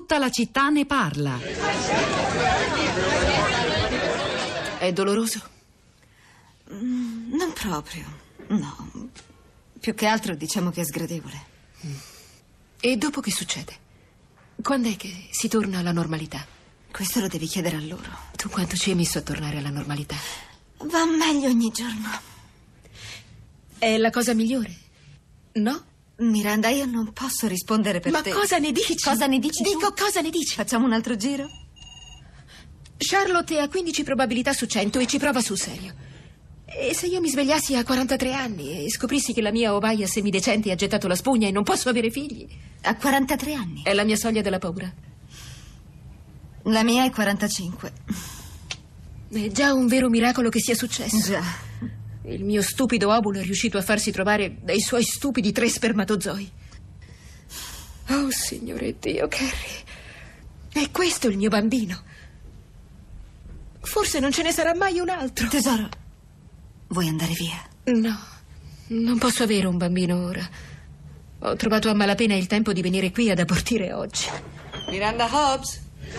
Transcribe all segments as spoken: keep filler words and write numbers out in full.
Tutta la città ne parla. È doloroso? Mm, non proprio, no. Più che altro diciamo che è sgradevole. Mm. E dopo che succede? Quando è che si torna alla normalità? Questo lo devi chiedere a loro. Tu quanto ci hai messo a tornare alla normalità? Va meglio ogni giorno. È la cosa migliore? No? Miranda, io non posso rispondere per Ma te. Ma cosa ne dici? Cosa ne dici Dico, tu? cosa ne dici? Facciamo un altro giro? Charlotte ha quindici probabilità su cento e ci prova sul serio. E se io mi svegliassi a quarantatré anni e scoprissi che la mia ovaia semidecente ha gettato la spugna e non posso avere figli? A quarantatré anni? È la mia soglia della paura. La mia è quarantacinque. È già un vero miracolo che sia successo. Già. Il mio stupido ovulo è riuscito a farsi trovare dai suoi stupidi tre spermatozoi. Oh, Signore Dio, Carrie. È questo il mio bambino. Forse non ce ne sarà mai un altro. Tesoro, vuoi andare via? No, non posso avere un bambino ora. Ho trovato a malapena il tempo di venire qui ad abortire oggi. Miranda Hobbs.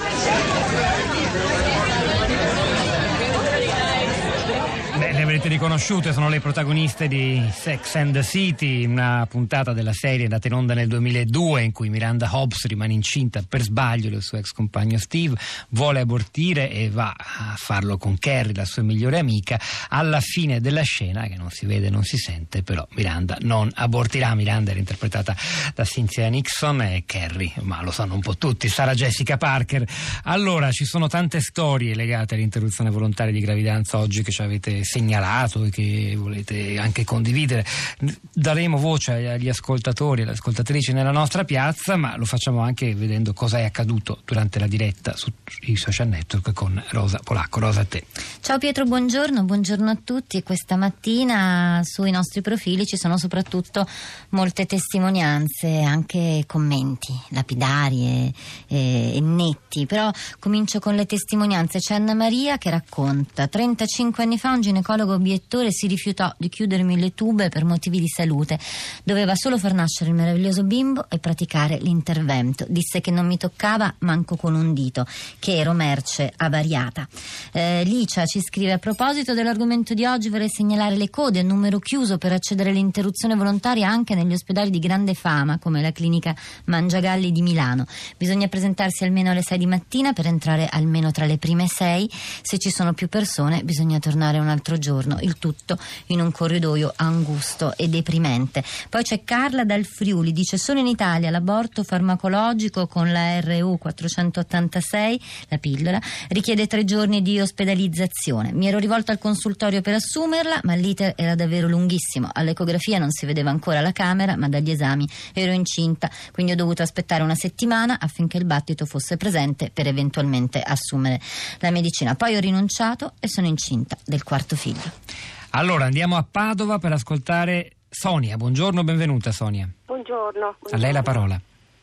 Beh, le avrete riconosciute, sono le protagoniste di Sex and the City, una puntata della serie andata in onda nel duemiladue in cui Miranda Hobbs rimane incinta per sbaglio del suo ex compagno Steve, vuole abortire e va a farlo con Carrie, la sua migliore amica. Alla fine della scena, che non si vede, non si sente, però Miranda non abortirà. Miranda era interpretata da Cynthia Nixon e Carrie, ma lo sanno un po' tutti, Sarah Jessica Parker. Allora, ci sono tante storie legate all'interruzione volontaria di gravidanza oggi che ci avete segnalato e che volete anche condividere. Daremo voce agli ascoltatori e alle ascoltatrici nella nostra piazza, ma lo facciamo anche vedendo cosa è accaduto durante la diretta sui social network con Rosa Polacco. Rosa, a te. Ciao Pietro, buongiorno, buongiorno a tutti. Questa mattina sui nostri profili ci sono soprattutto molte testimonianze, anche commenti lapidari e, e, e netti, però comincio con le testimonianze. C'è Anna Maria che racconta: trentacinque anni fa un ginecologo obiettore si rifiutò di chiudermi le tube per motivi di salute. Doveva solo far nascere il meraviglioso bimbo e praticare l'intervento. Disse che non mi toccava manco con un dito, che ero merce avariata. Eh, Licia ci scrive: a proposito dell'argomento di oggi vorrei segnalare le code a numero chiuso per accedere all'interruzione volontaria anche negli ospedali di grande fama come la clinica Mangiagalli di Milano. Bisogna presentarsi almeno alle sei di mattina per entrare almeno tra le prime sei. Se ci sono più persone bisogna tornare un altro giorno, il tutto in un corridoio angusto e deprimente. Poi c'è Carla dal Friuli, dice: solo in Italia l'aborto farmacologico con la R U quattrocentottantasei, la pillola, richiede tre giorni di ospedalizzazione. Mi ero rivolta al consultorio per assumerla, ma l'iter era davvero lunghissimo. All'ecografia non si vedeva ancora la camera, ma dagli esami ero incinta, quindi ho dovuto aspettare una settimana affinché il battito fosse presente per eventualmente assumere la medicina. Poi ho rinunciato e sono incinta del quarto figlio. Allora andiamo a Padova per ascoltare Sonia. Buongiorno, benvenuta Sonia. Buongiorno. buongiorno. A lei la parola.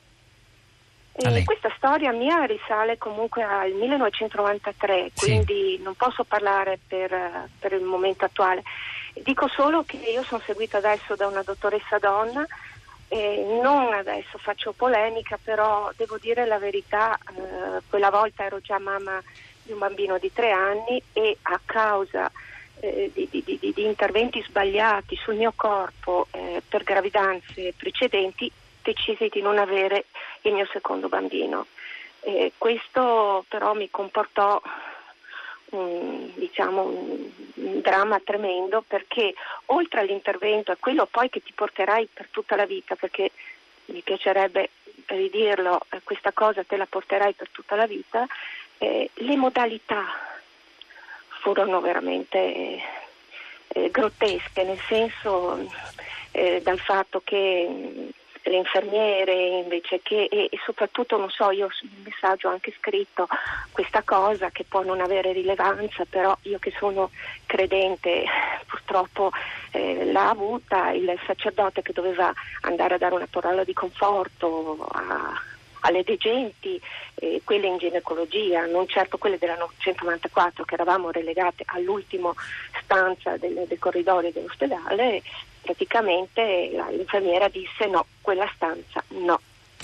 A lei. Eh, questa storia mia risale comunque al millenovecentonovantatré, Sì. quindi non posso parlare per, per il momento attuale. Dico solo che io sono seguita adesso da una dottoressa donna, eh, non adesso faccio polemica, però devo dire la verità, eh, quella volta ero già mamma di un bambino di tre anni e a causa eh, di, di, di, di interventi sbagliati sul mio corpo eh, per gravidanze precedenti decisi di non avere il mio secondo bambino. Eh, questo però mi comportò un, diciamo un, un dramma tremendo, perché oltre all'intervento, è quello poi che ti porterai per tutta la vita, perché mi piacerebbe ridirlo, eh, questa cosa te la porterai per tutta la vita, eh, le modalità furono veramente eh, eh, grottesche, nel senso eh, dal fatto che mh, le infermiere invece che e, e soprattutto non so, io sul messaggio ho anche scritto questa cosa che può non avere rilevanza, però io che sono credente purtroppo eh, l'ha avuta. Il sacerdote che doveva andare a dare una parola di conforto a, alle degenti, eh, quelle in ginecologia, non certo quelle della novecentonovantaquattro che eravamo relegate all'ultimo stanza del, del corridoio dell'ospedale. Praticamente la, l'infermiera disse no, quella stanza no.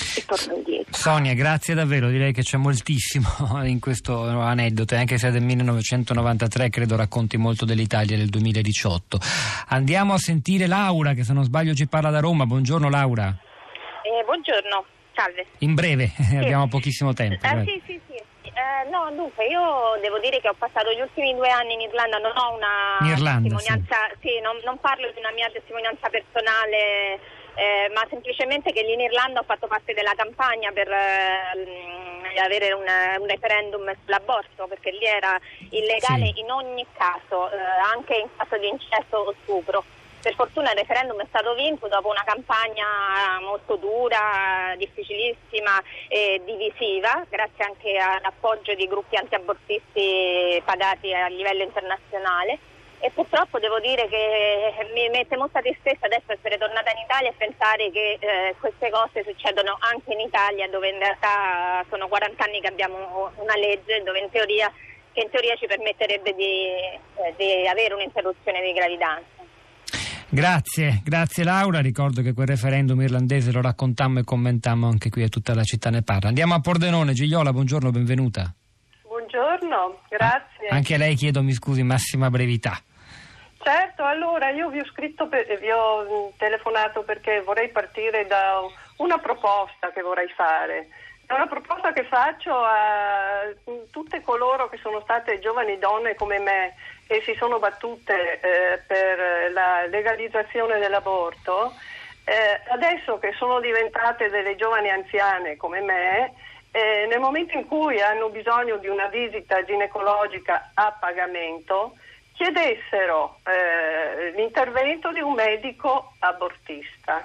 e torno indietro. Sonia, grazie davvero, direi che c'è moltissimo in questo aneddoto, anche se è del millenovecentonovantatré, credo racconti molto dell'Italia del duemiladiciotto. Andiamo a sentire Laura, che se non sbaglio ci parla da Roma. Buongiorno Laura. Eh, buongiorno, salve. In breve, sì. Abbiamo pochissimo tempo. Eh, sì, sì, sì. Eh, no, dunque, io devo dire che ho passato gli ultimi due anni in Irlanda, non ho una Irlanda, testimonianza, sì, sì non, non parlo di una mia testimonianza personale, eh, ma semplicemente che lì in Irlanda ho fatto parte della campagna per eh, avere un, un referendum sull'aborto, perché lì era illegale sì. in ogni caso, eh, anche in caso di incesto o stupro. Per fortuna il referendum è stato vinto dopo una campagna molto dura, difficilissima e divisiva, grazie anche all'appoggio di gruppi antiabortisti pagati a livello internazionale. E purtroppo devo dire che mi mette molta tristezza adesso essere tornata in Italia e pensare che eh, queste cose succedono anche in Italia, dove in realtà sono quaranta anni che abbiamo una legge dove in teoria, che in teoria ci permetterebbe di, eh, di avere un'interruzione di gravidanza. Grazie, grazie Laura, ricordo che quel referendum irlandese lo raccontammo e commentammo anche qui a Tutta la città ne parla. Andiamo a Pordenone, Gigliola, buongiorno, benvenuta. Buongiorno, grazie. Ah, anche a lei chiedo, mi scusi, massima brevità. Certo, allora io vi ho scritto, per, vi ho telefonato perché vorrei partire da una proposta che vorrei fare. È una proposta che faccio a tutte coloro che sono state giovani donne come me e si sono battute eh, per la legalizzazione dell'aborto. Eh, adesso che sono diventate delle giovani anziane come me, eh, nel momento in cui hanno bisogno di una visita ginecologica a pagamento, chiedessero eh, l'intervento di un medico abortista.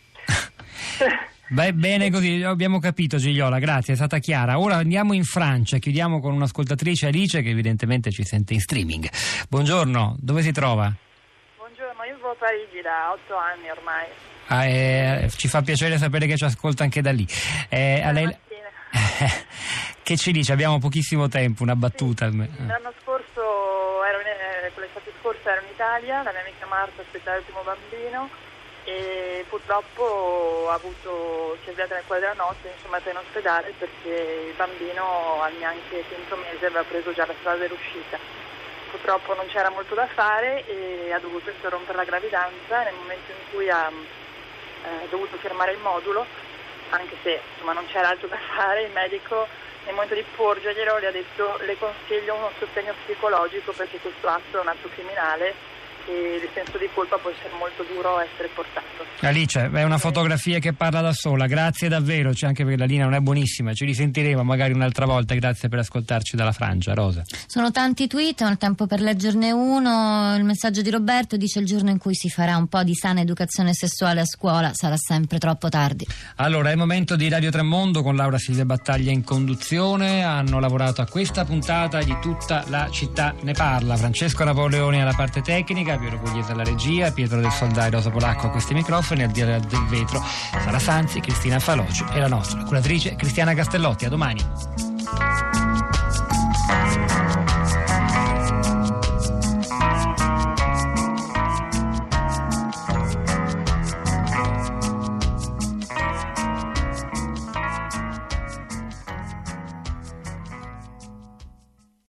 Beh, bene così, abbiamo capito Gigliola, grazie, è stata chiara. Ora andiamo in Francia, chiudiamo con un'ascoltatrice, Alice, che evidentemente ci sente in streaming. Buongiorno, dove si trova? Buongiorno, io vivo a Parigi da otto anni ormai. Ah, eh, ci fa piacere sapere che ci ascolta anche da lì. Eh, a lei... Che ci dice? Abbiamo pochissimo tempo, una battuta. Sì, l'anno scorso, ero in, eh, l'estate scorsa ero in Italia, la mia amica Marta aspettava il primo bambino e purtroppo ha avuto, si è svegliata nel cuore della notte, insomma, in ospedale perché il bambino al neanche quinto mese aveva preso già la strada dell'uscita. Purtroppo non c'era molto da fare e ha dovuto interrompere la gravidanza. Nel momento in cui ha eh, dovuto fermare il modulo, anche se insomma non c'era altro da fare, il medico nel momento di porgerglielo le ha detto: le consiglio uno sostegno psicologico perché questo atto è un atto criminale e il senso di colpa può essere molto duro a essere portato. Alice, è una fotografia che parla da sola, grazie davvero, c'è anche perché la linea non è buonissima, ci risentiremo magari un'altra volta, grazie per ascoltarci dalla Francia. Rosa. Sono tanti tweet, ho il tempo per leggerne uno. Il messaggio di Roberto dice: il giorno in cui si farà un po' di sana educazione sessuale a scuola sarà sempre troppo tardi. Allora è il momento di Radio Tremondo con Laura Silvia Battaglia in conduzione, hanno lavorato a questa puntata di Tutta la città ne parla, Francesco Napoleoni alla parte tecnica, Piero Pugliese alla regia, Pietro del Soldai, Rosa Polacco a questi microfoni, al di là del vetro Sara Sanzi, Cristina Faloci e la nostra curatrice Cristiana Castellotti. A domani.